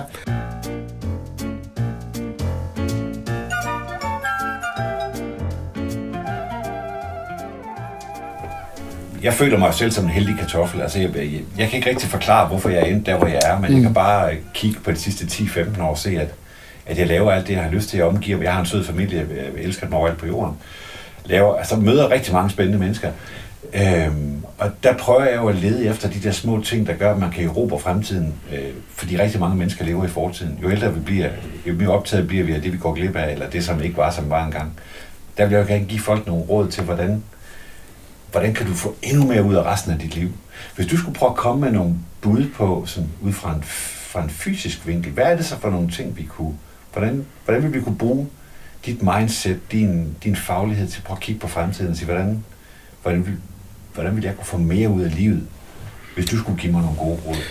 Jeg føler mig selv som en heldig kartoffel. Altså, jeg, jeg, jeg kan ikke rigtig forklare, hvorfor jeg er endt der, hvor jeg er, men mm. jeg kan bare kigge på de sidste ti femten år og se, at, at jeg laver alt det, jeg har lyst til at omgive. Jeg har en sød familie, jeg elsker dem overalt på jorden. laver, altså møder rigtig mange spændende mennesker. Øhm, og der prøver jeg jo at lede efter de der små ting, der gør, at man kan erobre fremtiden, øh, fordi rigtig mange mennesker lever i fortiden. Jo ældre vi bliver, jo mere optaget bliver vi af det, vi går glip af, eller det, som ikke var, som var engang. Der vil jeg jo gerne give folk nogle råd til, hvordan, hvordan kan du få endnu mere ud af resten af dit liv. Hvis du skulle prøve at komme med nogle bud på, sådan ud fra en, fra en fysisk vinkel, hvad er det så for nogle ting, vi kunne, hvordan, hvordan vil vi kunne bruge dit mindset, din, din faglighed til at prøve at kigge på fremtiden og sige, hvordan, hvordan vil Hvordan ville jeg kunne få mere ud af livet, hvis du skulle give mig nogle gode råd?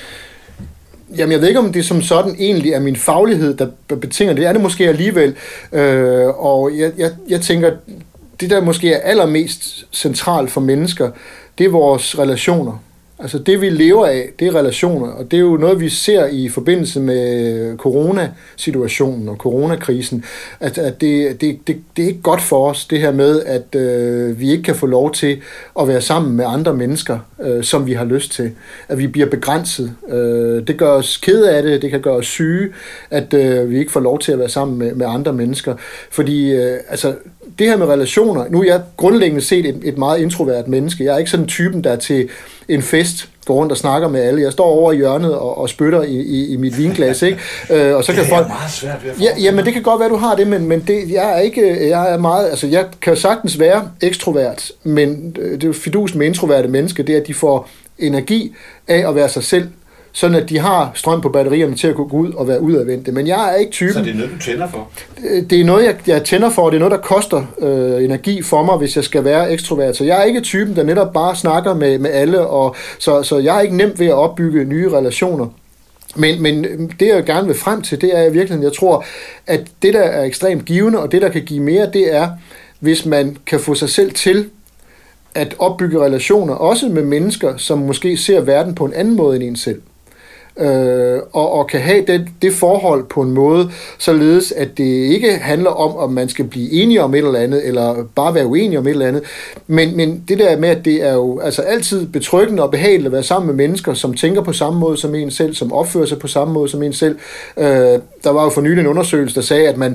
Jamen, jeg ved ikke, om det som sådan egentlig er min faglighed, der betinger det. Det er det måske alligevel. Øh, og jeg, jeg, jeg tænker, det der måske er allermest centralt for mennesker, det er vores relationer. Altså det, vi lever af, det er relationer, og det er jo noget, vi ser i forbindelse med coronasituationen og coronakrisen, at, at det, det, det, det er ikke godt for os, det her med, at øh, vi ikke kan få lov til at være sammen med andre mennesker, øh, som vi har lyst til. At vi bliver begrænset. Øh, det gør os kede af det, det kan gøre os syge, at øh, vi ikke får lov til at være sammen med, med andre mennesker. Fordi øh, altså, det her med relationer, nu er jeg grundlæggende set et, et meget introvert menneske. Jeg er ikke sådan en typen, der er til en fest går rundt og snakker med alle. Jeg står over i hjørnet og, og spytter i, i, i mit vinglas, ikke? Øh, og så kan det er folk... meget svært ved at ja, jamen, det kan godt være, du har det, men, men det, jeg er ikke... Jeg er meget... Altså, jeg kan sagtens være ekstrovert, men det er jo fidus med introverte mennesker, det er, at de får energi af at være sig selv, sådan at de har strøm på batterierne til at gå ud og være udadvendte. Men jeg er ikke typen... Så det er noget, du tænder for? Det er noget, jeg, jeg tænder for, og det er noget, der koster øh, energi for mig, hvis jeg skal være ekstrovert. Så jeg er ikke typen, der netop bare snakker med, med alle, og så, så jeg er ikke nemt ved at opbygge nye relationer. Men, men det, jeg gerne vil frem til, det er i virkeligheden, jeg tror, at det, der er ekstremt givende, og det, der kan give mere, det er, hvis man kan få sig selv til at opbygge relationer, også med mennesker, som måske ser verden på en anden måde end en selv. Øh, og, og kan have det, det forhold på en måde, således at det ikke handler om, om man skal blive enige om et eller andet, eller bare være uenige om et eller andet, men, men det der med, at det er jo altså altid betryggende og behageligt at være sammen med mennesker, som tænker på samme måde som en selv, som opfører sig på samme måde som en selv. Øh, der var jo for nylig en undersøgelse, der sagde, at man,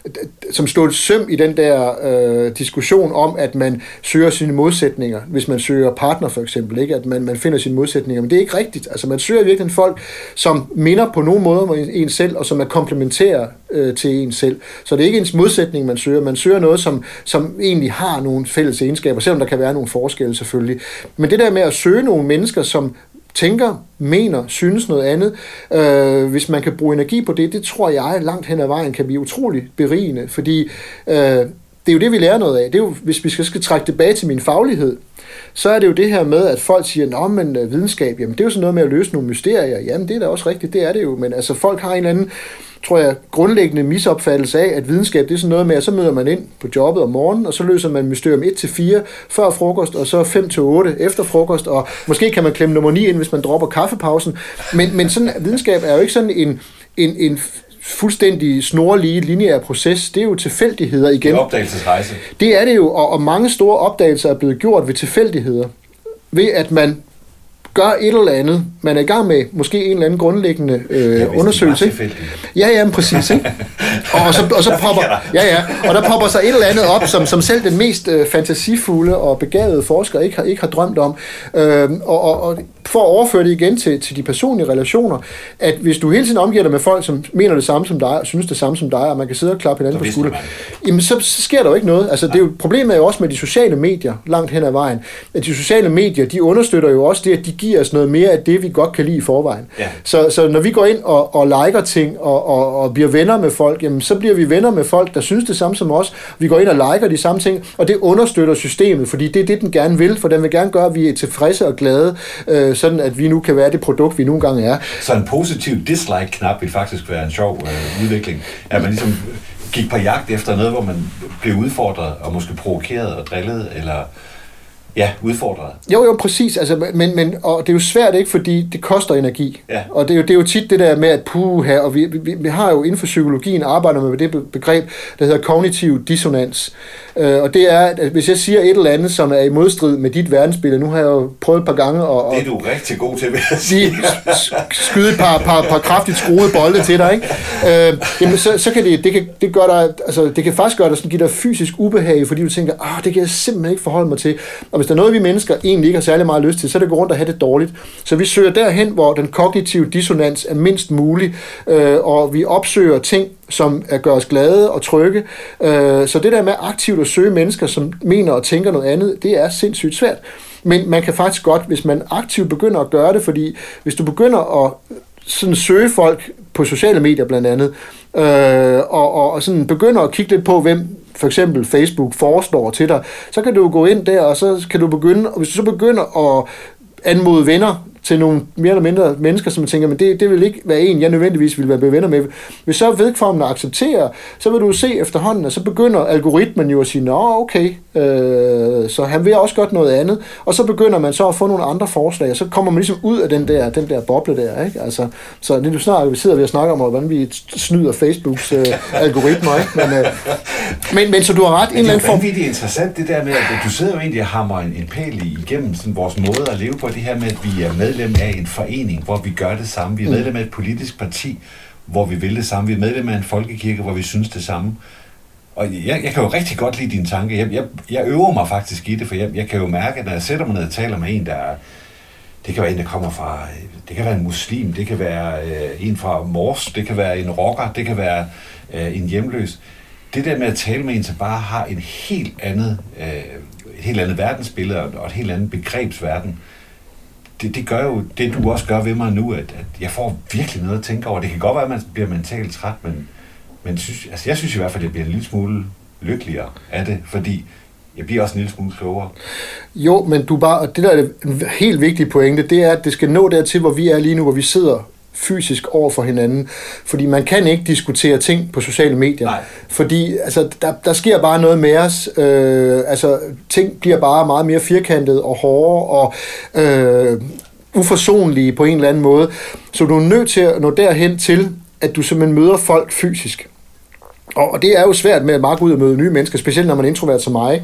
som stod et søm i den der øh, diskussion om, at man søger sine modsætninger, hvis man søger partner for eksempel, ikke? At man, man finder sine modsætninger, men det er ikke rigtigt. Altså man søger virkelig folk, som minder på nogen måde om en selv, og som er komplementære øh, til en selv. Så det er ikke ens modsætning, man søger. Man søger noget, som, som egentlig har nogle fælles egenskaber, selvom der kan være nogle forskelle selvfølgelig. Men det der med at søge nogle mennesker, som tænker, mener, synes noget andet, øh, hvis man kan bruge energi på det, det tror jeg langt hen ad vejen kan blive utrolig berigende, fordi øh, det er jo det, vi lærer noget af. Det er jo, hvis vi skal, skal trække tilbage til min faglighed, så er det jo det her med, at folk siger, nå, men videnskab, jamen det er jo sådan noget med at løse nogle mysterier. Jamen det er da også rigtigt, det er det jo, men altså folk har en eller anden, tror jeg, grundlæggende misopfattelse af, at videnskab, det er sådan noget med, at så møder man ind på jobbet om morgenen, og så løser man mysterium et til fire før frokost, og så fem til otte efter frokost, og måske kan man klemme nummer ni ind, hvis man dropper kaffepausen. Men, men sådan, videnskab er jo ikke sådan en, en, en fuldstændig snorlige, lineær proces. Det er jo tilfældigheder igen. Det er opdagelsesrejse. Det er det jo, og, og mange store opdagelser er blevet gjort ved tilfældigheder. Ved at man gør et eller andet. Man er i gang med måske en eller anden grundlæggende øh, ja, undersøgelse. Ja, ja, præcis. Ikke? Og så, og så popper, ja, ja, og der popper så et eller andet op, som, som selv den mest øh, fantasifulde og begavede forsker ikke har, ikke har drømt om. Øh, og, og, og for at overføre det igen til, til de personlige relationer, at hvis du hele tiden omgiver dig med folk, som mener det samme som dig, og synes det samme som dig, og man kan sidde og klappe hinanden på skulderen, jamen så, så sker der jo ikke noget. Altså, det er jo, problemet er jo også med de sociale medier, langt hen ad vejen. At de sociale medier, de understøtter jo også det, at de giver os noget mere af det, vi godt kan lide i forvejen. Ja. Så, så når vi går ind og, og liker ting, og, og, og bliver venner med folk, jamen så bliver vi venner med folk, der synes det samme som os. Vi går ind og liker de samme ting, og det understøtter systemet, fordi det er det, den gerne vil, for den vil gerne gøre, at vi er tilfredse og glade, øh, sådan at vi nu kan være det produkt, vi nogle gange er. Så en positiv dislike-knap vil faktisk være en sjov øh, udvikling. At man ligesom gik på jagt efter noget, hvor man blev udfordret og måske provokeret og drillet, eller Ja, udfordret. Jo, jo, præcis. Altså, men, men, og det er jo svært, ikke, fordi det koster energi. Ja. Og det er, jo, det er jo tit det der med, at puha, og vi, vi, vi har jo inden for psykologien arbejder med det begreb, der hedder kognitiv dissonans. Øh, og det er, at hvis jeg siger et eller andet, som er i modstrid med dit verdensbillede, nu har jeg jo prøvet et par gange at... Det er du rigtig god til, vil jeg sige. Skyde et par, par, par kraftigt skruede bolde til dig, ikke? Øh, jamen, så, så kan det, det kan, det gør dig, altså, det kan faktisk gøre dig sådan, give dig fysisk ubehag, fordi du tænker, ah, det kan jeg simpelthen ikke forholde mig til. Og hvis der er noget, vi mennesker egentlig ikke har særlig meget lyst til, så er det gå rundt og have det dårligt. Så vi søger derhen, hvor den kognitive dissonans er mindst mulig, øh, og vi opsøger ting, som gør os glade og trygge. Øh, så det der med aktivt at søge mennesker, som mener og tænker noget andet, det er sindssygt svært. Men man kan faktisk godt, hvis man aktivt begynder at gøre det, fordi hvis du begynder at sådan søge folk på sociale medier blandt andet, øh, og, og, og sådan begynder at kigge lidt på, hvem for eksempel Facebook foreslår til dig, så kan du gå ind der, og så kan du begynde, og hvis du så begynder at anmode venner til nogle mere eller mindre mennesker, som tænker, men det, det vil ikke være en, jeg nødvendigvis vil være venner med. Hvis så vedkommende accepterer, så vil du se efterhånden, og så begynder algoritmen jo at sige, nå okay, øh, så han vil også godt noget andet, og så begynder man så at få nogle andre forslag, og så kommer man ligesom ud af den der, den der boble der, ikke? Altså, så det er jo snart, vi sidder ved at snakke om, hvordan vi snyder Facebooks øh, algoritmer, ikke? Men, øh, men, men så du har ret, en eller anden form... Det er jo interessant, det der med, at du sidder jo egentlig og hammer en, en pæl igennem sådan vores måde at leve på, det her med, at vi er medlem af en forening, hvor vi gør det samme. Vi er medlem af et politisk parti, hvor vi vil det samme. Vi er medlem af en folkekirke, hvor vi synes det samme. Og jeg, jeg kan jo rigtig godt lide dine tanker. Jeg, jeg, jeg øver mig faktisk i det, for jeg, jeg kan jo mærke, når jeg sætter mig ned og taler med en, der er, det kan være en, der kommer fra, det kan være en muslim, det kan være øh, en fra Mors, det kan være en rocker, det kan være øh, en hjemløs. Det der med at tale med en, som bare har en helt andet, øh, et helt andet verdensbillede og et helt andet begrebsverden, Det, det gør jo det, du også gør ved mig nu, at, at jeg får virkelig noget at tænke over. Det kan godt være, at man bliver mentalt træt, men, men synes, altså jeg synes i hvert fald, at jeg bliver en lille smule lykkeligere af det, fordi jeg bliver også en lille smule klogere. Jo, men du bare, det der er en helt vigtig pointe, det er, at det skal nå dertil, hvor vi er lige nu, hvor vi sidder fysisk over for hinanden. Fordi man kan ikke diskutere ting på sociale medier. Nej. Fordi altså, der, der sker bare noget med os. Øh, altså, ting bliver bare meget mere firkantet og hårde og øh, uforsonlige på en eller anden måde. Så du er nødt til at nå derhen til, at du simpelthen møder folk fysisk. Og, og det er jo svært med at meget gå ud og møde nye mennesker, specielt når man er introvert som mig.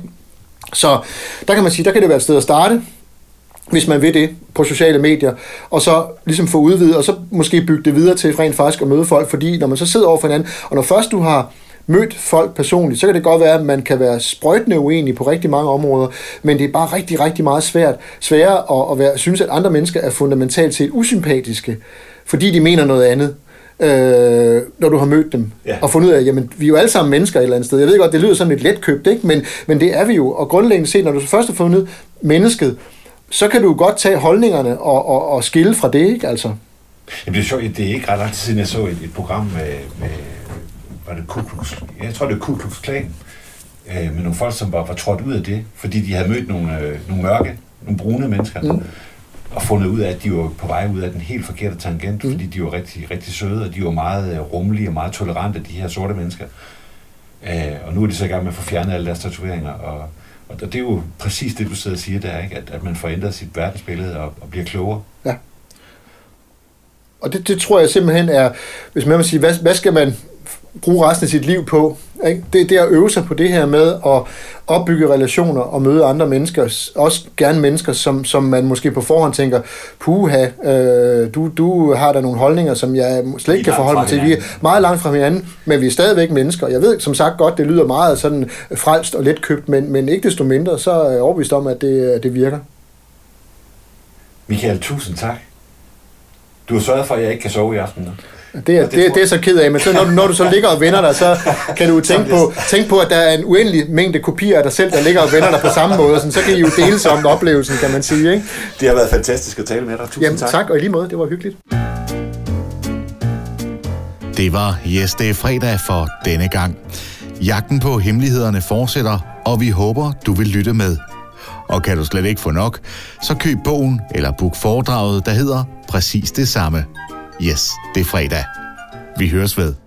Så der kan man sige, der kan det være et sted at starte, hvis man vil det på sociale medier, og så ligesom få udvidet, og så måske bygge det videre til rent faktisk at møde folk, fordi når man så sidder over for hinanden, og når først du har mødt folk personligt, så kan det godt være, at man kan være sprøjtende uenig på rigtig mange områder, men det er bare rigtig, rigtig meget svært, sværere at, at være, synes, at andre mennesker er fundamentalt set usympatiske, fordi de mener noget andet. Øh, når du har mødt dem, ja. Og fundet ud af, jamen, vi er jo alle sammen mennesker et eller andet sted. Jeg ved godt, det lyder sådan lidt letkøbt, ikke? Men, men det er vi jo, og grundlæggende set, når du først har fundet mennesket, så kan du godt tage holdningerne og, og, og skille fra det, ikke? Altså. Jamen, det er sjovt, det er ikke ret lang tid siden, jeg så et, et program med, med var det Ku Klux, jeg tror, det var Ku Klux Klan, øh, med nogle folk, som var, var trådt ud af det, fordi de havde mødt nogle, øh, nogle mørke, nogle brune mennesker, mm. og fundet ud af, at de var på vej ud af den helt forkerte tangent, mm. fordi de var rigtig, rigtig søde, og de var meget rummelige og meget tolerante, de her sorte mennesker. Øh, og nu er de så i gang med at få fjernet alle deres tatoveringer, og Og det er jo præcis det, du sidder og siger der, ikke? At, at man får ændret sit verdensbillede og, og bliver klogere. Ja. Og det, det tror jeg simpelthen er, hvis man vil sige, hvad, hvad skal man bruge resten af sit liv på? Ikke? Det, det er at øve sig på det her med at opbygge relationer og møde andre mennesker, også gerne mennesker, som, som man måske på forhånd tænker, puha, øh, du, du har der nogle holdninger, som jeg slet ikke kan forholde mig til. Vi er meget langt fra hinanden, men vi er stadigvæk mennesker. Jeg ved som sagt godt, det lyder meget sådan frelst og letkøbt, men, men ikke desto mindre, så er jeg overbevist om, at det, det virker. Michael, tusind tak. Du har sørget for, at jeg ikke kan sove i aften. Det er, det, det, det er så ked af, men så når, når du så ligger og vender dig, så kan du tænke på, tænke på, at der er en uendelig mængde kopier af dig selv, der ligger og vender dig på samme måde, sådan, så kan I jo dele sig om oplevelsen, kan man sige. Ikke? Det har været fantastisk at tale med dig. Tusind Jamen, tak. tak, og i lige måde, det var hyggeligt. Det var Yes, det er fredag for denne gang. Jagten på hemmelighederne fortsætter, og vi håber, du vil lytte med. Og kan du slet ikke få nok, så køb bogen eller book foredraget, der hedder præcis det samme. Yes, det er fredag. Vi høres ved.